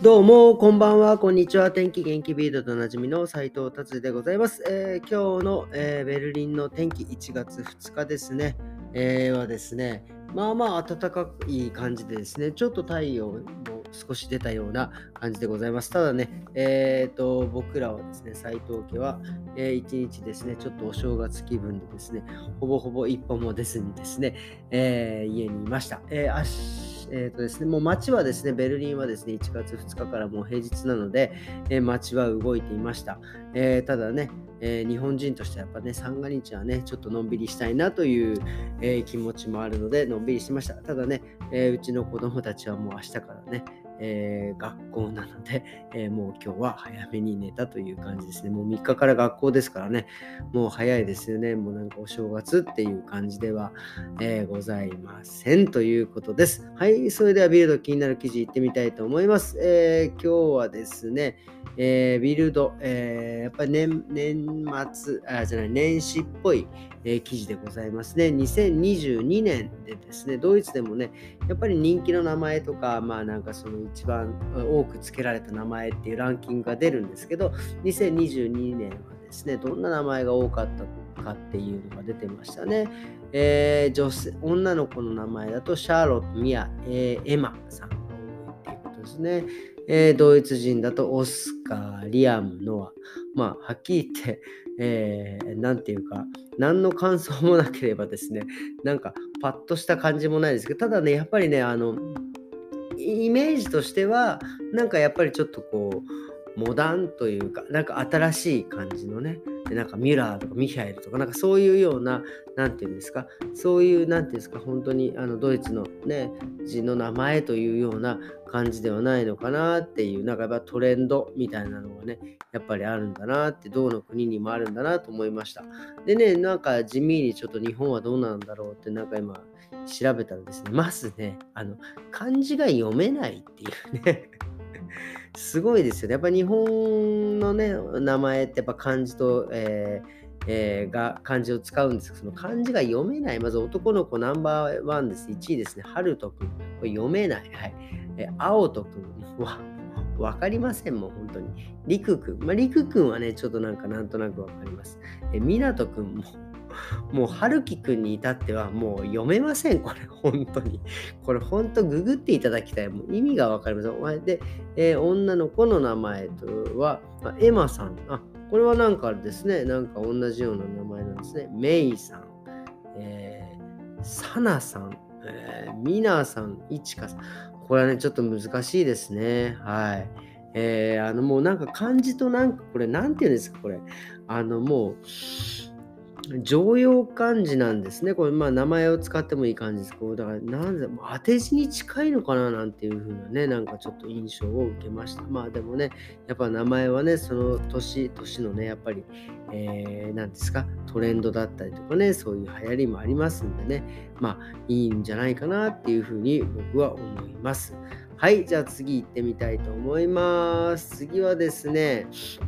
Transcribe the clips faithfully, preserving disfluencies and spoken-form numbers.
どうも、こんばんは、こんにちは。天気元気ビートとおなじみの斉藤達治でございます。えー今日の、えーベルリンの天気いちがつふつかですね、えーはですね、まあまあ暖かい感じでですね、ちょっと太陽も少し出たような感じでございます。ただね、えーと、僕らはですね、斉藤家は、えー一日ですね、ちょっとお正月気分でですね、ほぼほぼ一歩も出ずにですね、えー家にいました。えー、あしえーとですね、もう街はですね、ベルリンはですね、いちがつふつかからもう平日なので、えー街は動いていました。えーただね、えー日本人としてはやっぱね、三が日はね、ちょっとのんびりしたいなという、えー気持ちもあるので、のんびりしました。ただね、えーうちの子供たちはもう明日からね、えー学校なので、えーもう今日は早めに寝たという感じですね。もうみっかから学校ですからね、もう早いですよね。もうなんかお正月っていう感じでは、えーございませんということです。はい、それではビルド気になる記事いってみたいと思います。えー今日はですね、えービルド、えーやっぱり年年末、あ、じゃない、年始っぽい、えー記事でございますね。にせんにじゅうにねんでですね、ドイツでもね、やっぱり人気の名前とか、まあなんかその一番多く付けられた名前っていうランキングが出るんですけど、にせんにじゅうにねんはですね、どんな名前が多かったかっていうのが出てましたね。えー女性、女の子の名前だとシャーロット、ミア、えーエマさんが多いっていうことですね。えードイツ人だとオスカー、リアム、ノア。まあ、はっきり言って、えーなんていうか、何の感想もなければですね、なんかパッとした感じもないですけど、ただね、やっぱりね、あの、イメージとしては、なんかやっぱりちょっとこう、モダンというか、なんか新しい感じのね、でなんかミュラーとかミヒャエルとか、なんかそういうような、なんていうんですか、そういう、なんていうんですか、本当にあのドイツのね、字の名前というような感じではないのかなっていう、なんかやっぱトレンドみたいなのがね、やっぱりあるんだなって、どの国にもあるんだなと思いました。でね、なんか地味にちょっと日本はどうなんだろうって、なんか今調べたらですね、まずね、あの、漢字が読めないっていうねすごいですよね。やっぱ日本のね、名前ってやっぱ漢字と、えーえーが漢字を使うんですけど、その漢字が読めない。まず男の子ナンバーワンです。いちいですね。ハルトくん。これ読めない。はい。えー、青とくんは、わかりませんもん、本当に。りくくん。まあ、りくくんはね、ちょっとなんかなんとなくわかります。えー、みなとくんも、もう、はるきくんに至っては、もう読めません、これ、本当に。これ、本当、ググっていただきたい。もう意味がわかりません。お前で、えー女の子の名前とは、まあエマさん。あ、これはなんかあれですね。なんか同じような名前なんですね。メイさん、えーサナさん、えーミナさん、イチカさん。これはね、ちょっと難しいですね。はい。えーあの、もうなんか漢字となんか、これ、なんていうんですか、これ。あの、もう、常用漢字なんですね。これ、まあ、名前を使ってもいい感じです。こうだから、なんで、もう当て字に近いのかななんていう風なね、なんかちょっと印象を受けました。まあ、でもね、やっぱ名前はね、その年、年のね、やっぱり、えー、なんですか、トレンドだったりとかね、そういう流行りもありますんでね、まあ、いいんじゃないかなっていう風に僕は思います。はい、じゃあ次行ってみたいと思います。次はですね、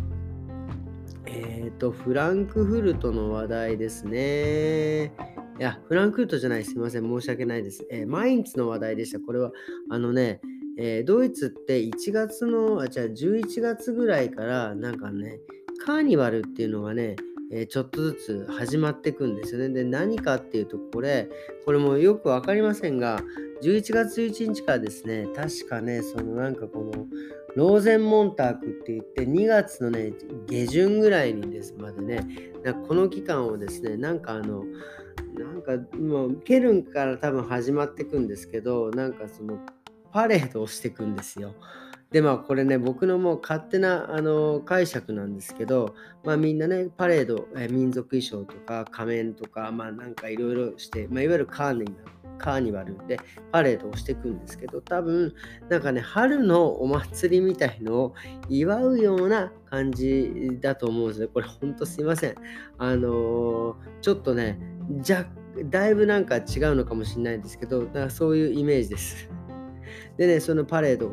えっと、フランクフルトの話題ですね。いや、フランクフルトじゃない、すみません、申し訳ないです。えーマインツの話題でした。これは、あのね、えードイツっていちがつの、あ、じゃあじゅういちがつぐらいから、なんかね、カーニバルっていうのがね、えーちょっとずつ始まっていくんですよね。で、何かっていうと、これ、これもよくわかりませんが、じゅういちがつじゅういちにちからですね、確かね、そのなんかこの、ローゼンモンタークって言ってにがつのね、下旬ぐらいにですまでね、なんかこの期間をですね、なんかあの、なんかもうケルンから多分始まっていくんですけど、なんかそのパレードをしていくんですよ。で、まあこれね、僕のもう勝手なあの解釈なんですけど、まあみんなね、パレード、えー民族衣装とか仮面とか、まあなんかいろいろして、まあいわゆるカーニバル、カーニバルでパレードをしていくんですけど、多分なんかね、春のお祭りみたいのを祝うような感じだと思うんですね。これほんとすいません。あのーちょっとね、じゃ、だいぶなんか違うのかもしれないんですけど、だからそういうイメージです。でね、そのパレードがね、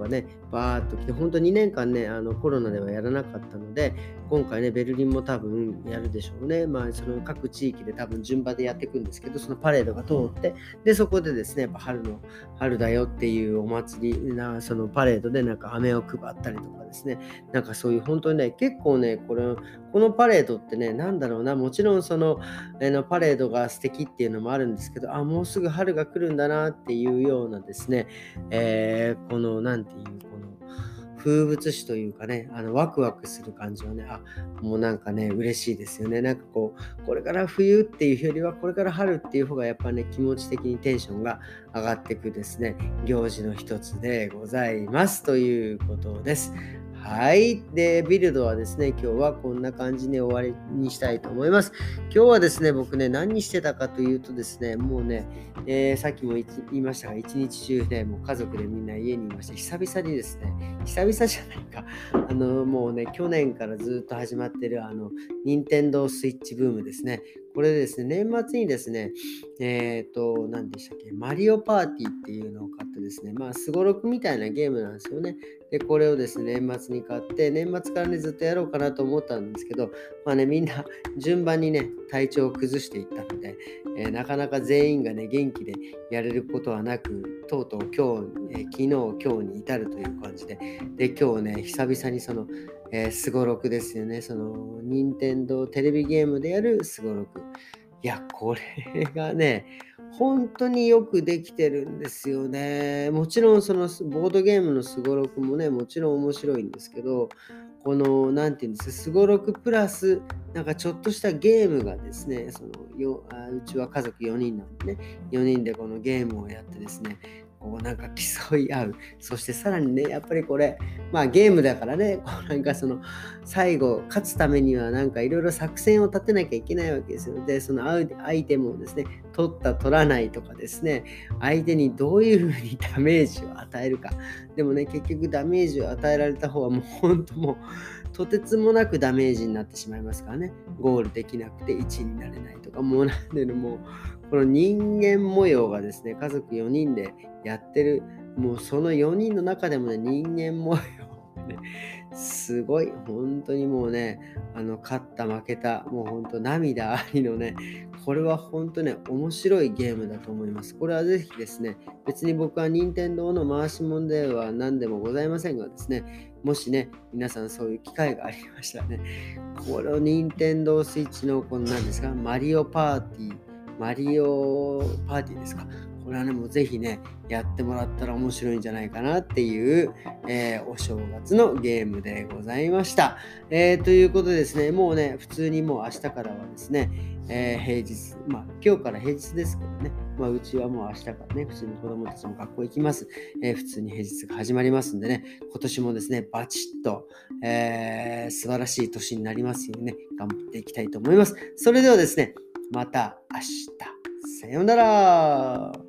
バーッと来て、本当にねんかんね、あのコロナではやらなかったので、今回ね、ベルリンも多分やるでしょうね。まあ、その各地域で多分順番でやっていくんですけど、そのパレードが通って、で、そこでですね、やっぱ春の、春だよっていうお祭りな、そのパレードでなんか飴を配ったりとかですね、なんかそういう本当にね、結構ね、これ、このパレードってね、なんだろうな、もちろんその、あのパレードが素敵っていうのもあるんですけど、あ、もうすぐ春が来るんだなっていうようなですね、えーこの、なんていう、この、風物詩というかね、あのワクワクする感じはね、あ、もうなんかね、嬉しいですよね。なんかこう、これから冬っていうよりは、これから春っていう方がやっぱね、気持ち的にテンションが上がってくですね、行事の一つでございますということです。はい。で、ビルドはですね、今日はこんな感じで終わりにしたいと思います。今日はですね、僕ね、何してたかというとですね、もうね、えーさっきも言いましたが、一日中ね、もう家族でみんな家にいまして、久々にですね、久々じゃないか、あの、もうね、去年からずっと始まってる、あの、任天堂スイッチブームですね。これでですね、年末にですね、えっ、と、何でしたっけ、マリオパーティーっていうのを買ってですね、まあ、すごろくみたいなゲームなんですよね。で、これをですね、年末に買って、年末からね、ずっとやろうかなと思ったんですけど、まあね、みんな順番にね、体調を崩していったので、えーなかなか全員がね、元気でやれることはなく、とうとう今日、えー昨日、今日に至るという感じで、で、今日ね、久々にその、えー、すごろくですよね、その、任天堂テレビゲームでやるすごろく。いや、これがね、本当によくできてるんですよね。もちろんそのボードゲームのすごろくもね、もちろん面白いんですけど、この、なんていうんですか、すごろくプラス、なんかちょっとしたゲームがですね、そのよあうちは家族よにんなんでね、よにんでこのゲームをやってですね、こうなんか競い合う。そしてさらにね、やっぱりこれ、まあゲームだからね、こうなんかその最後勝つためにはなんかいろいろ作戦を立てなきゃいけないわけですよ。で、そのアイテムをですね、取った取らないとかですね、相手にどういうふうにダメージを与えるか。でもね、結局ダメージを与えられた方はもう本当もうとてつもなくダメージになってしまいますからね。ゴールできなくていちいになれないとか、もうなんでのもう、この人間模様がですね、家族よにんでやってる、もうそのよにんの中でもね、人間模様がね、すごい、本当にもうね、あの、勝った負けた、もう本当涙ありのね、これは本当ね、面白いゲームだと思います。これはぜひですね、別に僕は任天堂の回し物では何でもございませんがですね、もしね、皆さんそういう機会がありましたらね、この任天堂スイッチのこの何ですか、マリオパーティー、マリオパーティーですか。これはね、もうぜひね、やってもらったら面白いんじゃないかなっていう、えーお正月のゲームでございました。えーということでですね、もうね、普通にもう明日からはですね、えー平日、まあ今日から平日ですけどね、まあうちはもう明日からね、普通に子供たちも学校行きます。えー普通に平日が始まりますんでね、今年もですね、バチッと、えー素晴らしい年になりますようにね、頑張っていきたいと思います。それではですね、また明日。さようなら。